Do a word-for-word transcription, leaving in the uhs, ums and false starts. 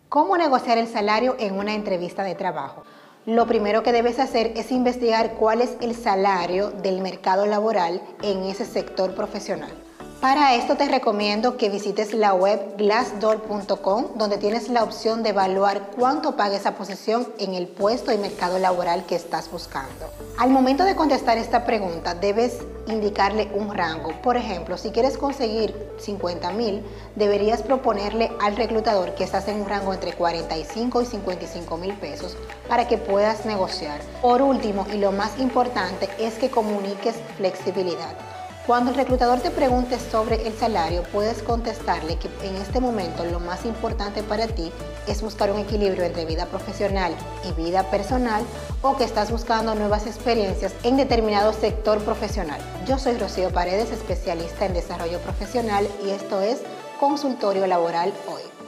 ¿Cómo negociar el salario en una entrevista de trabajo? Lo primero que debes hacer es investigar cuál es el salario del mercado laboral en ese sector profesional. Para esto te recomiendo que visites la web glassdoor punto com, donde tienes la opción de evaluar cuánto paga esa posición en el puesto y mercado laboral que estás buscando. Al momento de contestar esta pregunta, debes indicarle un rango. Por ejemplo, si quieres conseguir cincuenta mil, deberías proponerle al reclutador que estás en un rango entre cuarenta y cinco y cincuenta y cinco mil pesos para que puedas negociar. Por último, y lo más importante, es que comuniques flexibilidad. Cuando el reclutador te pregunte sobre el salario, puedes contestarle que en este momento lo más importante para ti es buscar un equilibrio entre vida profesional y vida personal, o que estás buscando nuevas experiencias en determinado sector profesional. Yo soy Rocío Paredes, especialista en desarrollo profesional, y esto es Consultorio Laboral Hoy.